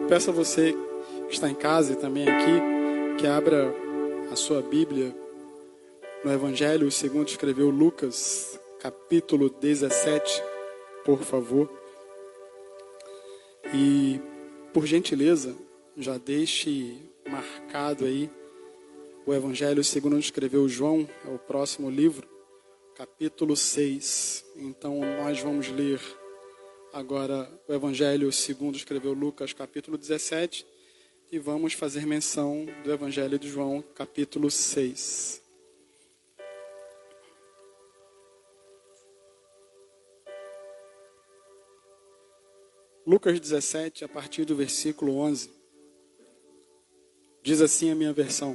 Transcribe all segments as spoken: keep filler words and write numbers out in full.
peço a você que está em casa e também aqui, que abra a sua Bíblia no Evangelho segundo escreveu Lucas, capítulo dezessete, por favor. E, por gentileza, já deixe marcado aí o Evangelho segundo escreveu João, é o próximo livro, capítulo seis. Então, nós vamos ler agora o Evangelho segundo escreveu Lucas, capítulo dezessete, e vamos fazer menção do Evangelho de João, capítulo seis. Lucas dezessete, a partir do versículo onze, diz assim a minha versão: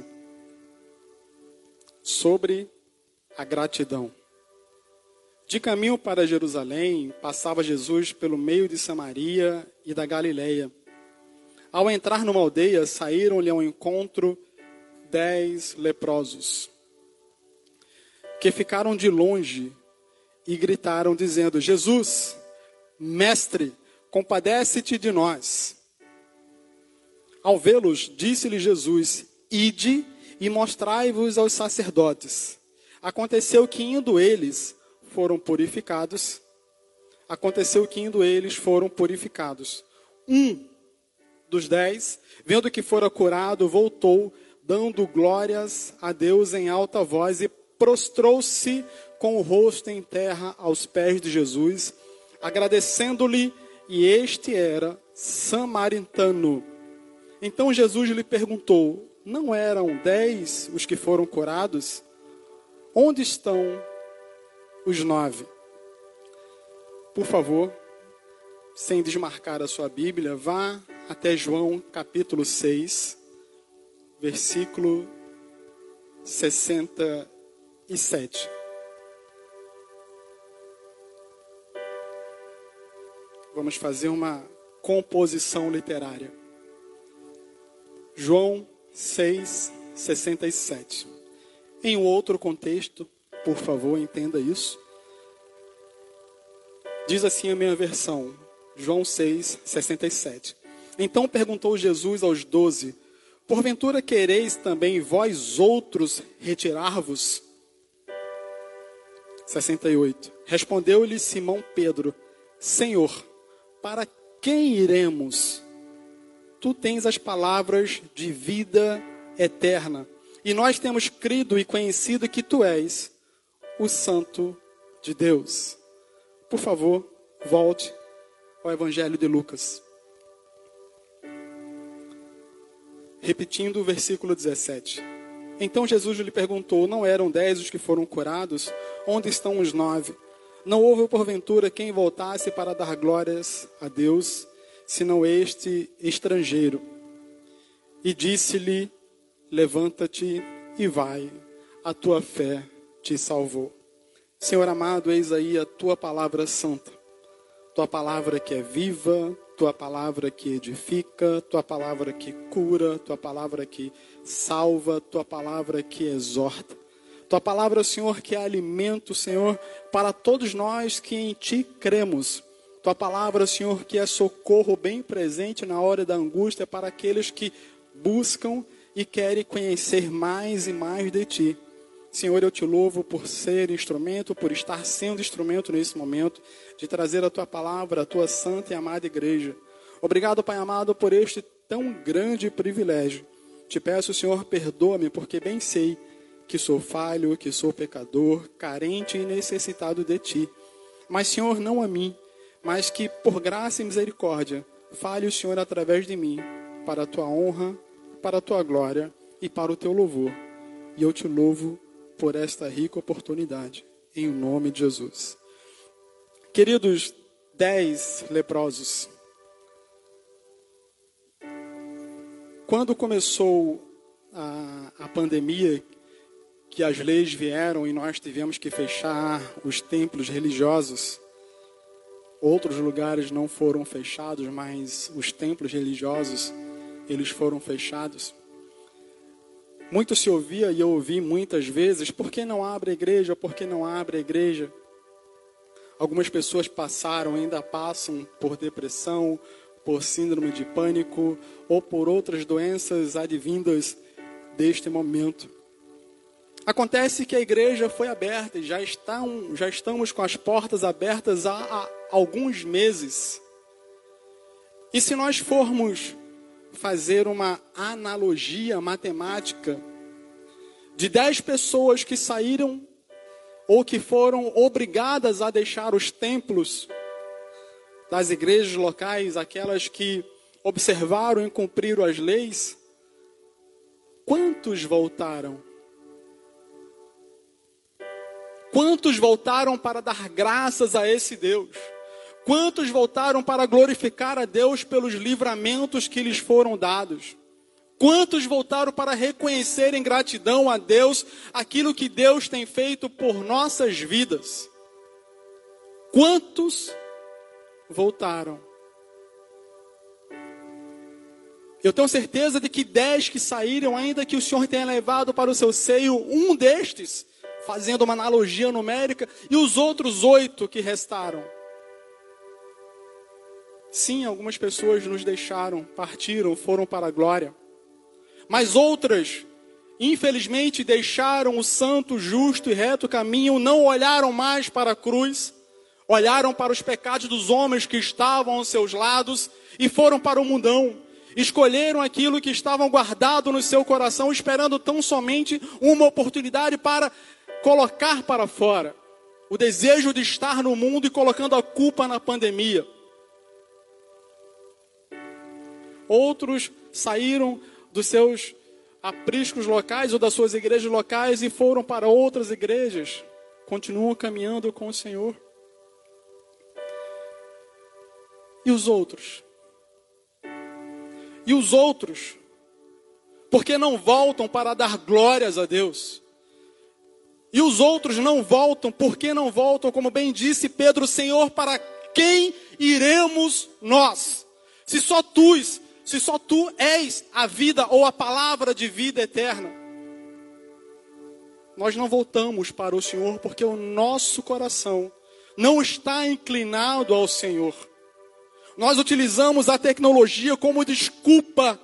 sobre a gratidão. De caminho para Jerusalém, passava Jesus pelo meio de Samaria e da Galileia. Ao entrar numa aldeia, saíram-lhe ao encontro dez leprosos, que ficaram de longe e gritaram, dizendo: Jesus, mestre, compadece-te de nós. Ao vê-los, disse-lhe Jesus: ide e mostrai-vos aos sacerdotes. Aconteceu que indo eles foram purificados. Aconteceu que indo eles foram purificados. Um dos dez, vendo que fora curado, voltou, dando glórias a Deus em alta voz, e prostrou-se com o rosto em terra aos pés de Jesus, agradecendo-lhe, e este era samaritano. Então Jesus lhe perguntou: não eram dez os que foram curados? Onde estão os nove? Por favor, sem desmarcar a sua Bíblia, vá até João capítulo seis, versículo sessenta e sete. Vamos fazer uma composição literária. João seis, sessenta e sete. Em um outro contexto, por favor, entenda isso. Diz assim a minha versão, João seis, sessenta e sete. Então perguntou Jesus aos doze: porventura quereis também vós outros retirar-vos? sessenta e oito. Respondeu-lhe Simão Pedro: Senhor, para quem iremos? Tu tens as palavras de vida eterna, e nós temos crido e conhecido que tu és o Santo de Deus. Por favor, volte ao Evangelho de Lucas. Repetindo o versículo dezessete. Então Jesus lhe perguntou: não eram dez os que foram curados? Onde estão os nove? Não houve porventura quem voltasse para dar glórias a Deus, senão este estrangeiro. E disse-lhe: levanta-te e vai, a tua fé te salvou. Senhor amado, eis aí a tua palavra santa, tua palavra que é viva, tua palavra que edifica, tua palavra que cura, tua palavra que salva, tua palavra que exorta. Tua palavra, Senhor, que é alimento, Senhor, para todos nós que em Ti cremos. Tua palavra, Senhor, que é socorro bem presente na hora da angústia para aqueles que buscam e querem conhecer mais e mais de Ti. Senhor, eu Te louvo por ser instrumento, por estar sendo instrumento nesse momento, de trazer a Tua palavra, a Tua santa e amada igreja. Obrigado, Pai amado, por este tão grande privilégio. Te peço, Senhor, perdoa-me, porque bem sei que sou falho, que sou pecador, carente e necessitado de Ti. Mas, Senhor, não a mim, mas que por graça e misericórdia, fale o Senhor através de mim, para a Tua honra, para a Tua glória e para o Teu louvor. E eu Te louvo por esta rica oportunidade, em nome de Jesus. Queridos dez leprosos, quando começou a, a pandemia, que as leis vieram e nós tivemos que fechar os templos religiosos, outros lugares não foram fechados, mas os templos religiosos, eles foram fechados. Muito se ouvia, e eu ouvi muitas vezes: por que não abre a igreja? Por que não abre a igreja? Algumas pessoas passaram, ainda passam por depressão, por síndrome de pânico ou por outras doenças advindas deste momento. Acontece que a igreja foi aberta e já, está um, já estamos com as portas abertas há, há alguns meses. E se nós formos fazer uma analogia matemática de dez pessoas que saíram ou que foram obrigadas a deixar os templos das igrejas locais, aquelas que observaram e cumpriram as leis, quantos voltaram? Quantos voltaram para dar graças a esse Deus? Quantos voltaram para glorificar a Deus pelos livramentos que lhes foram dados? Quantos voltaram para reconhecer em gratidão a Deus aquilo que Deus tem feito por nossas vidas? Quantos voltaram? Eu tenho certeza de que dez que saíram, ainda que o Senhor tenha levado para o seu seio um destes, fazendo uma analogia numérica, e os outros oito que restaram. Sim, algumas pessoas nos deixaram, partiram, foram para a glória. Mas outras, infelizmente, deixaram o santo, justo e reto caminho, não olharam mais para a cruz, olharam para os pecados dos homens que estavam aos seus lados e foram para o mundão. Escolheram aquilo que estavam guardado no seu coração, esperando tão somente uma oportunidade para colocar para fora o desejo de estar no mundo e colocando a culpa na pandemia. Outros saíram dos seus apriscos locais ou das suas igrejas locais e foram para outras igrejas. Continuam caminhando com o Senhor. E os outros? E os outros? Porque não voltam para dar glórias a Deus. E os outros não voltam, porque não voltam, como bem disse Pedro, Senhor, para quem iremos nós? Se só tu, se só tu és a vida ou a palavra de vida eterna. Nós não voltamos para o Senhor, porque o nosso coração não está inclinado ao Senhor. Nós utilizamos a tecnologia como desculpa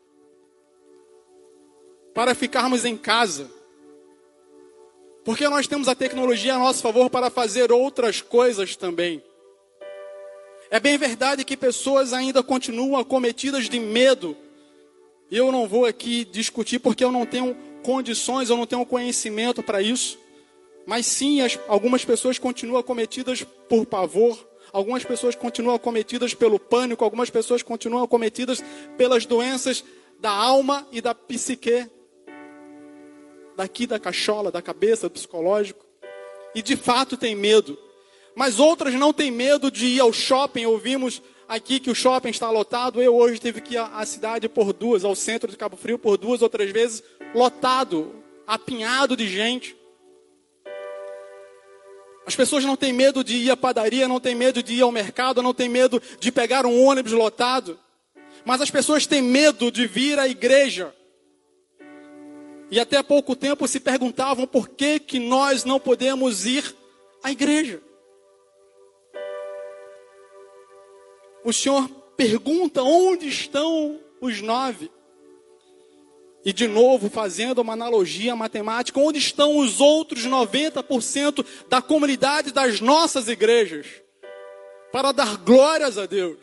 para ficarmos em casa. Porque nós temos a tecnologia a nosso favor para fazer outras coisas também. É bem verdade que pessoas ainda continuam acometidas de medo. E eu não vou aqui discutir porque eu não tenho condições, eu não tenho conhecimento para isso. Mas sim, as, algumas pessoas continuam acometidas por pavor. Algumas pessoas continuam acometidas pelo pânico. Algumas pessoas continuam acometidas pelas doenças da alma e da psique. Daqui da cachola, da cabeça, do psicológico. E de fato tem medo. Mas outras não têm medo de ir ao shopping. Ouvimos aqui que o shopping está lotado. Eu hoje tive que ir à cidade por duas, ao centro de Cabo Frio por duas ou três vezes. Lotado, apinhado de gente. As pessoas não têm medo de ir à padaria, não têm medo de ir ao mercado, não têm medo de pegar um ônibus lotado. Mas as pessoas têm medo de vir à igreja. E até há pouco tempo se perguntavam por que, que nós não podemos ir à igreja. O Senhor pergunta onde estão os nove. E de novo, fazendo uma analogia matemática, onde estão os outros noventa por cento da comunidade das nossas igrejas? Para dar glórias a Deus.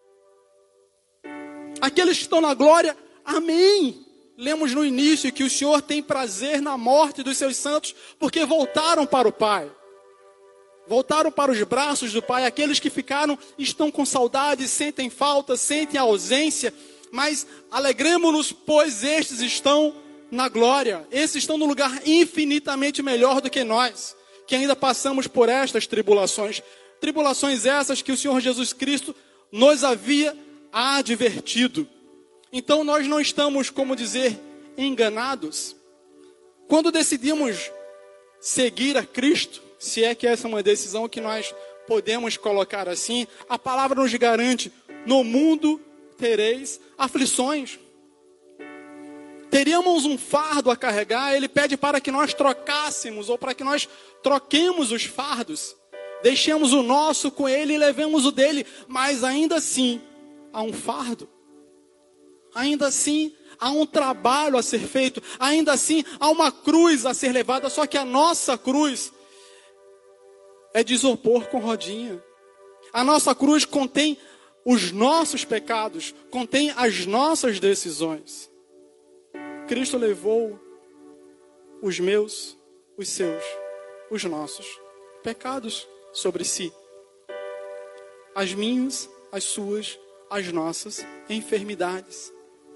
Aqueles que estão na glória, amém. Lemos no início que o Senhor tem prazer na morte dos seus santos, porque voltaram para o Pai. Voltaram para os braços do Pai. Aqueles que ficaram estão com saudade, sentem falta, sentem ausência. Mas alegremos-nos, pois estes estão na glória. Esses estão no lugar infinitamente melhor do que nós, que ainda passamos por estas tribulações. Tribulações essas que o Senhor Jesus Cristo nos havia advertido. Então nós não estamos, como dizer, enganados. Quando decidimos seguir a Cristo, se é que essa é uma decisão que nós podemos colocar assim, a palavra nos garante, no mundo tereis aflições. Teríamos um fardo a carregar, ele pede para que nós trocássemos, ou para que nós troquemos os fardos. Deixemos o nosso com ele e levemos o dele, mas ainda assim, há um fardo. Ainda assim, há um trabalho a ser feito. Ainda assim, há uma cruz a ser levada. Só que a nossa cruz é de isopor com rodinha. A nossa cruz contém os nossos pecados, contém as nossas decisões. Cristo levou os meus, os seus, os nossos pecados sobre si. As minhas, as suas, as nossas enfermidades.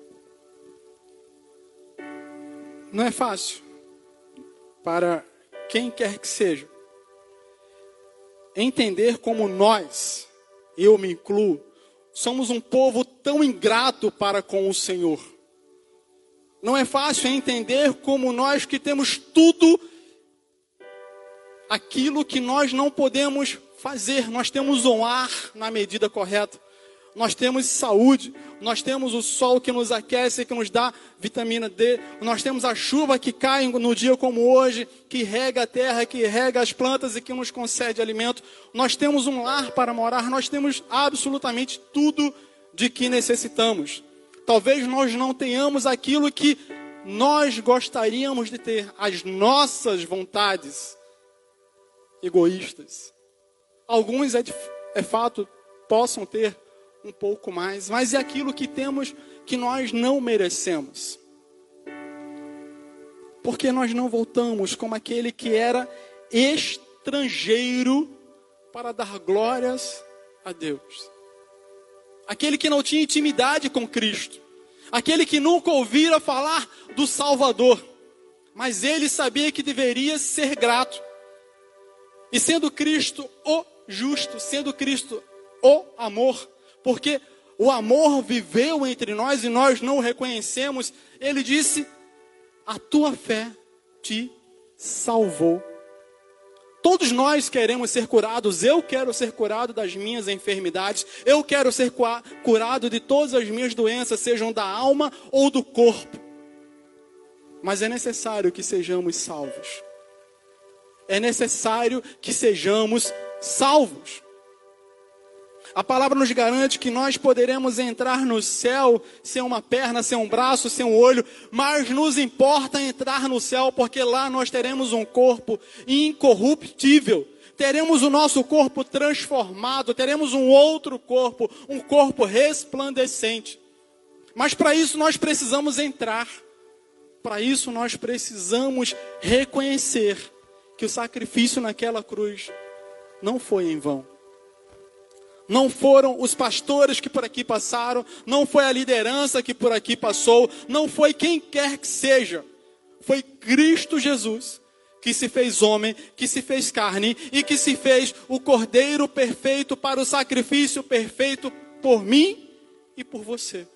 Não é fácil para quem quer que seja entender como nós, eu me incluo, somos um povo tão ingrato para com o Senhor. Não é fácil entender como nós que temos tudo aquilo que nós não podemos fazer. Nós temos um ar na medida correta. Nós temos saúde, nós temos o sol que nos aquece, que nos dá vitamina D, nós temos a chuva que cai no dia como hoje, que rega a terra, que rega as plantas e que nos concede alimento. Nós temos um lar para morar, nós temos absolutamente tudo de que necessitamos. Talvez nós não tenhamos aquilo que nós gostaríamos de ter, as nossas vontades egoístas. Alguns, é, de, é fato, possam ter um pouco mais, mas é aquilo que temos que nós não merecemos. Porque nós não voltamos como aquele que era estrangeiro para dar glórias a Deus. Aquele que não tinha intimidade com Cristo. Aquele que nunca ouvira falar do Salvador. Mas ele sabia que deveria ser grato. E sendo Cristo o justo, sendo Cristo o amor, porque o amor viveu entre nós e nós não o reconhecemos. Ele disse, a tua fé te salvou. Todos nós queremos ser curados. Eu quero ser curado das minhas enfermidades. Eu quero ser curado de todas as minhas doenças, sejam da alma ou do corpo. Mas é necessário que sejamos salvos. É necessário que sejamos salvos. A palavra nos garante que nós poderemos entrar no céu sem uma perna, sem um braço, sem um olho, mas nos importa entrar no céu porque lá nós teremos um corpo incorruptível, teremos o nosso corpo transformado, teremos um outro corpo, um corpo resplandecente. Mas para isso nós precisamos entrar, para isso nós precisamos reconhecer que o sacrifício naquela cruz não foi em vão. Não foram os pastores que por aqui passaram, não foi a liderança que por aqui passou, não foi quem quer que seja. Foi Cristo Jesus que se fez homem, que se fez carne e que se fez o cordeiro perfeito para o sacrifício perfeito por mim e por você.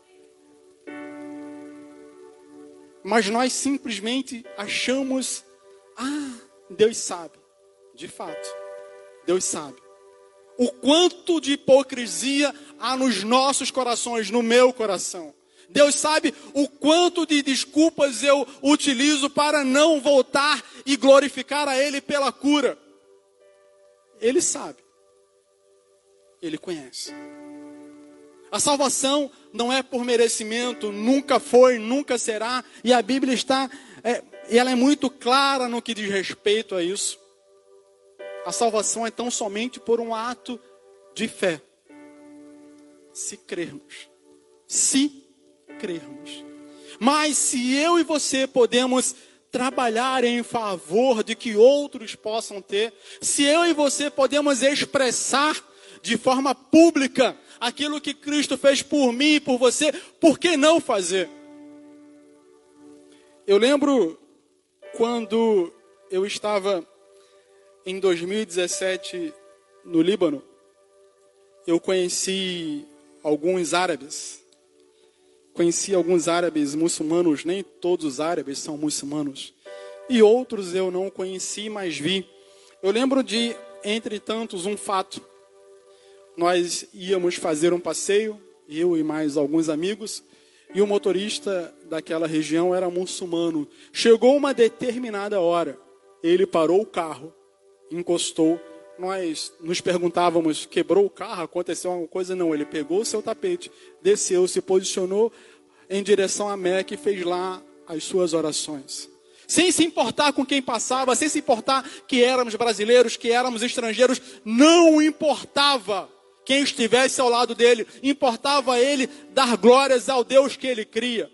Mas nós simplesmente achamos, ah, Deus sabe. De fato, Deus sabe. O quanto de hipocrisia há nos nossos corações, no meu coração. Deus sabe o quanto de desculpas eu utilizo para não voltar e glorificar a Ele pela cura. Ele sabe. Ele conhece. A salvação não é por merecimento, nunca foi, nunca será. E a Bíblia está, é, ela é muito clara no que diz respeito a isso. A salvação é tão somente por um ato de fé. Se crermos. Se crermos. Mas se eu e você podemos trabalhar em favor de que outros possam ter, se eu e você podemos expressar de forma pública aquilo que Cristo fez por mim e por você, por que não fazer? Eu lembro quando eu estava em dois mil e dezessete, no Líbano, eu conheci alguns árabes. Conheci alguns árabes muçulmanos, nem todos os árabes são muçulmanos. E outros eu não conheci, mas vi. Eu lembro de, entre tantos, um fato. Nós íamos fazer um passeio, eu e mais alguns amigos, e o motorista daquela região era muçulmano. Chegou uma determinada hora, ele parou o carro, encostou nós nos perguntávamos, quebrou o carro, aconteceu alguma coisa? Não, ele pegou o seu tapete, desceu, se posicionou em direção à Meca e fez lá as suas orações. Sem se importar com quem passava, sem se importar que éramos brasileiros, que éramos estrangeiros, não importava quem estivesse ao lado dele, importava a ele dar glórias ao Deus que ele cria.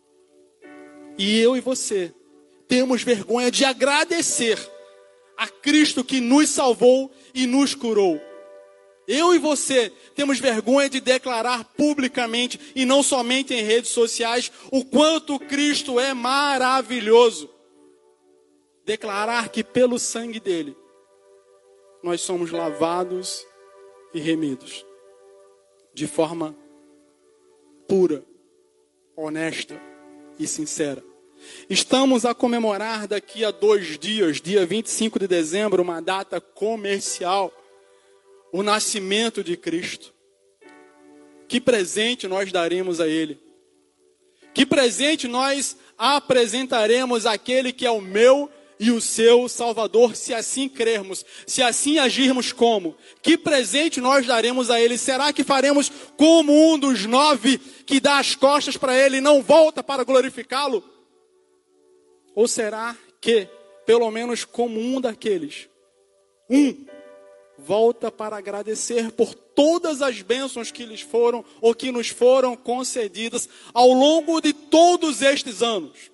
E eu e você temos vergonha de agradecer a Cristo que nos salvou e nos curou. Eu e você temos vergonha de declarar publicamente, e não somente em redes sociais, o quanto Cristo é maravilhoso. Declarar que pelo sangue dele, nós somos lavados e remidos. De forma pura, honesta e sincera. Estamos a comemorar daqui a dois dias, dia vinte e cinco de dezembro, uma data comercial, o nascimento de Cristo. Que presente nós daremos a Ele? Que presente nós apresentaremos àquele que é o meu e o seu Salvador, se assim crermos, se assim agirmos como? Que presente nós daremos a Ele? Será que faremos como um dos nove que dá as costas para Ele e não volta para glorificá-lo? Ou será que, pelo menos como um daqueles, um volta para agradecer por todas as bênçãos que lhes foram ou que nos foram concedidas ao longo de todos estes anos?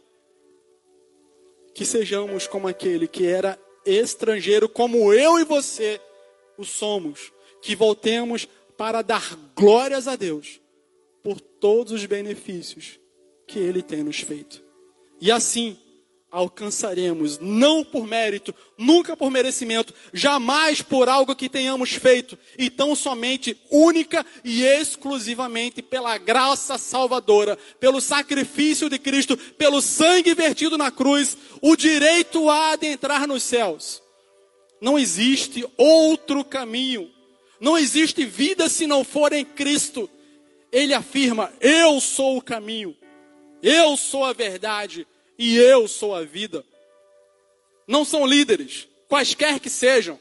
Que sejamos como aquele que era estrangeiro, como eu e você o somos. Que voltemos para dar glórias a Deus por todos os benefícios que Ele tem nos feito. E assim alcançaremos, não por mérito, nunca por merecimento, jamais por algo que tenhamos feito, e tão somente, única e exclusivamente pela graça salvadora, pelo sacrifício de Cristo, pelo sangue vertido na cruz, o direito a adentrar nos céus. Não existe outro caminho, não existe vida se não for em Cristo. Ele afirma: eu sou o caminho, eu sou a verdade, e eu sou a vida. Não são líderes, quaisquer que sejam.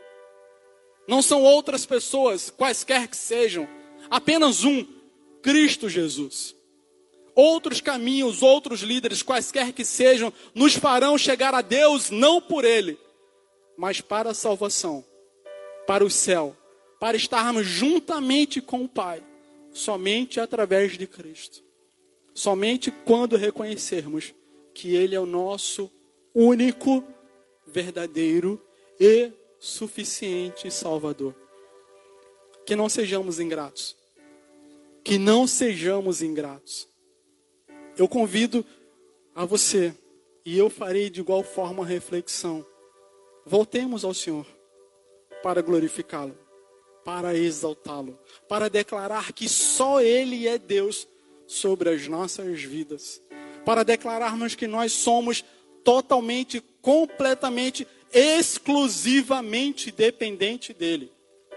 Não são outras pessoas, quaisquer que sejam. Apenas um, Cristo Jesus. Outros caminhos, outros líderes, quaisquer que sejam, nos farão chegar a Deus, não por Ele, mas para a salvação, para o céu, para estarmos juntamente com o Pai, somente através de Cristo. Somente quando reconhecermos que Ele é o nosso único, verdadeiro e suficiente Salvador. Que não sejamos ingratos. Que não sejamos ingratos. Eu convido a você, e eu farei de igual forma a reflexão. Voltemos ao Senhor para glorificá-lo, para exaltá-lo, para declarar que só Ele é Deus sobre as nossas vidas. Para declararmos que nós somos totalmente, completamente, exclusivamente dependente dEle.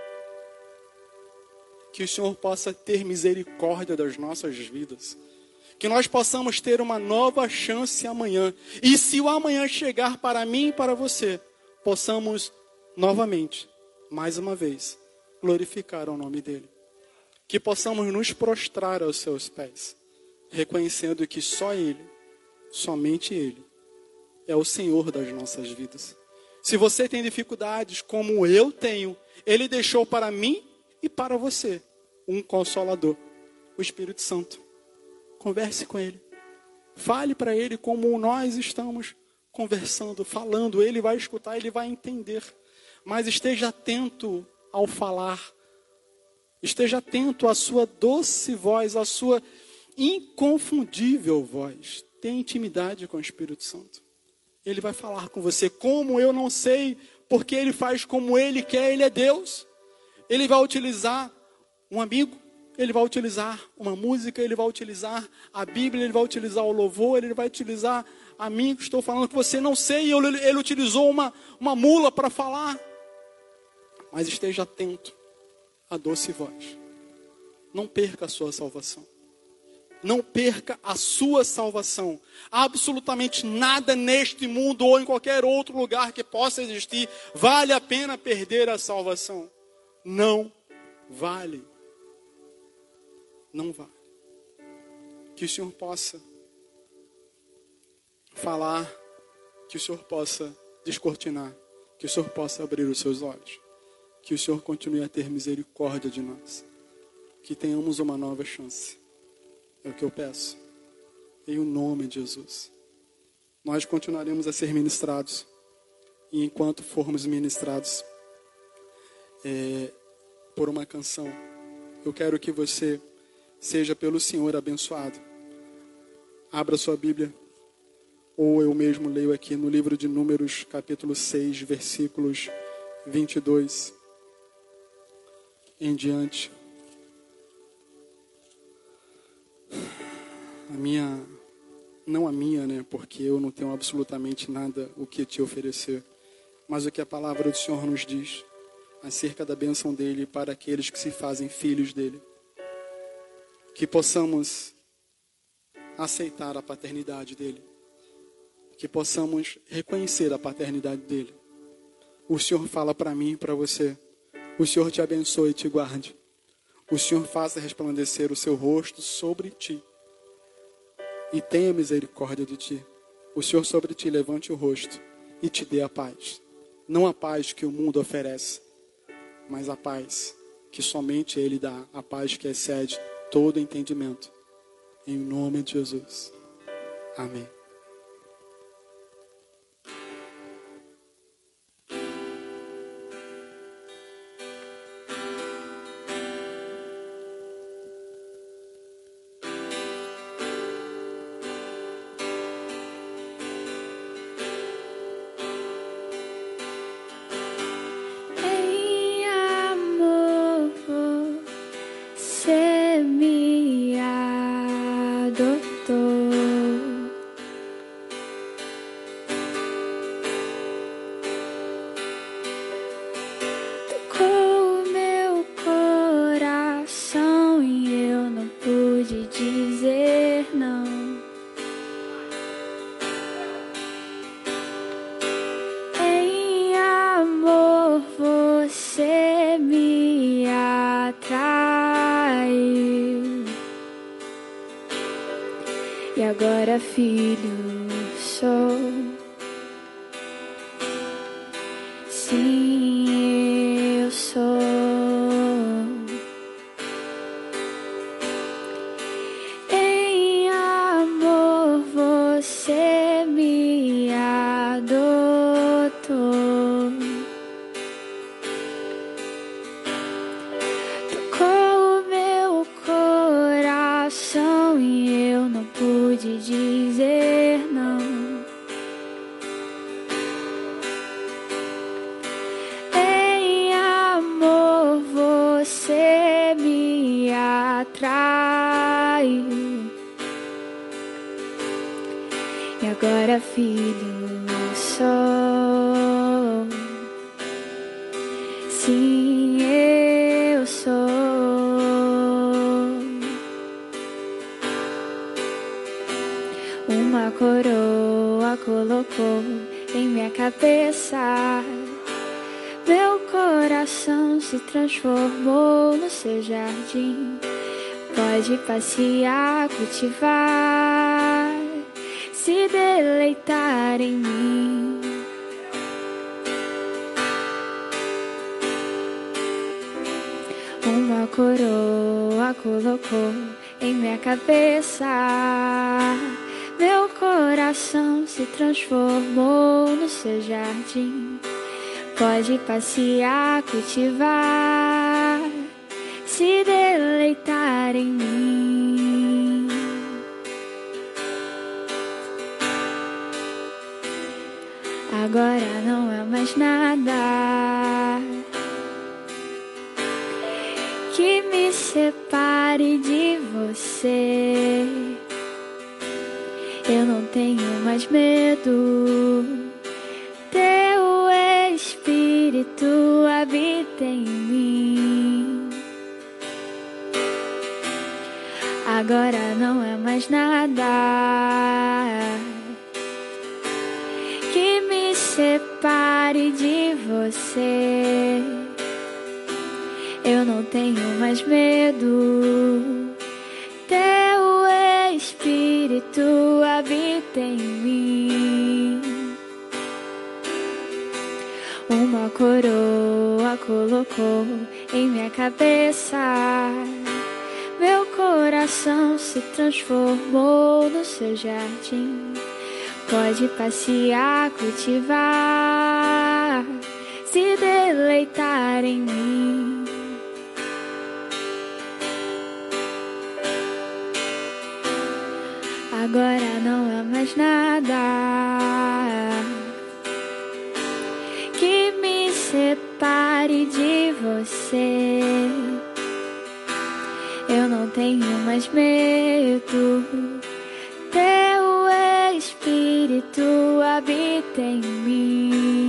Que o Senhor possa ter misericórdia das nossas vidas. Que nós possamos ter uma nova chance amanhã. E se o amanhã chegar para mim e para você, possamos novamente, mais uma vez, glorificar o nome dEle. Que possamos nos prostrar aos seus pés, reconhecendo que só Ele, somente Ele, é o Senhor das nossas vidas. Se você tem dificuldades como eu tenho, Ele deixou para mim e para você um Consolador, o Espírito Santo. Converse com Ele. Fale para Ele como nós estamos conversando, falando. Ele vai escutar, Ele vai entender. Mas esteja atento ao falar. Esteja atento à sua doce voz, à sua inconfundível voz. Tenha intimidade com o Espírito Santo. Ele vai falar com você como eu não sei, porque Ele faz como Ele quer, Ele é Deus. Ele vai utilizar um amigo, Ele vai utilizar uma música, Ele vai utilizar a Bíblia, Ele vai utilizar o louvor, Ele vai utilizar a mim que estou falando que você não sei, Ele, ele utilizou uma, uma mula para falar. Mas esteja atento à doce voz. Não perca a sua salvação. Não perca a sua salvação. Absolutamente nada neste mundo ou em qualquer outro lugar que possa existir vale a pena perder a salvação. Não vale. Não vale. Que o Senhor possa falar, que o Senhor possa descortinar, que o Senhor possa abrir os seus olhos, que o Senhor continue a ter misericórdia de nós, que tenhamos uma nova chance. É o que eu peço, em o nome de Jesus. Nós continuaremos a ser ministrados, e enquanto formos ministrados é, por uma canção, eu quero que você seja pelo Senhor abençoado. Abra sua Bíblia, ou eu mesmo leio aqui no livro de Números, capítulo seis, versículos vinte e dois em diante. A minha, não a minha, né, porque eu não tenho absolutamente nada o que te oferecer, mas o que a palavra do Senhor nos diz acerca da bênção dele para aqueles que se fazem filhos dele. Que possamos aceitar a paternidade dele. Que possamos reconhecer a paternidade dele. O Senhor fala para mim e para você. O Senhor te abençoe e te guarde. O Senhor faça resplandecer o seu rosto sobre ti. E tenha misericórdia de ti. O Senhor sobre ti levante o rosto e te dê a paz. Não a paz que o mundo oferece, mas a paz que somente Ele dá. A paz que excede todo entendimento. Em nome de Jesus. Amém. E agora, filho, sou. Sim, eu sou. Em amor você me adotou. Tocou o meu coração e eu não pude dizer não. Em amor você me atraiu. E agora, filho, sou. Sim, eu sou. Uma coroa colocou em minha cabeça. Meu coração se transformou no seu jardim. Pode passear, cultivar, se deleitar em mim. Uma coroa colocou em minha cabeça. Meu coração se transformou no seu jardim. Pode passear, cultivar, se deleitar em mim. Agora não há mais nada que me separe de você. Eu não tenho mais medo. Teu Espírito habita em mim. Agora não é nada que me separe de você. Eu não tenho mais medo. Teu Espírito habita em mim. Uma coroa colocou em minha cabeça. Meu coração se transformou no seu jardim. Pode passear, cultivar, se deleitar em mim. Agora não há mais nada que me separe de você. Eu não tenho mais medo. Teu Espírito habita em mim.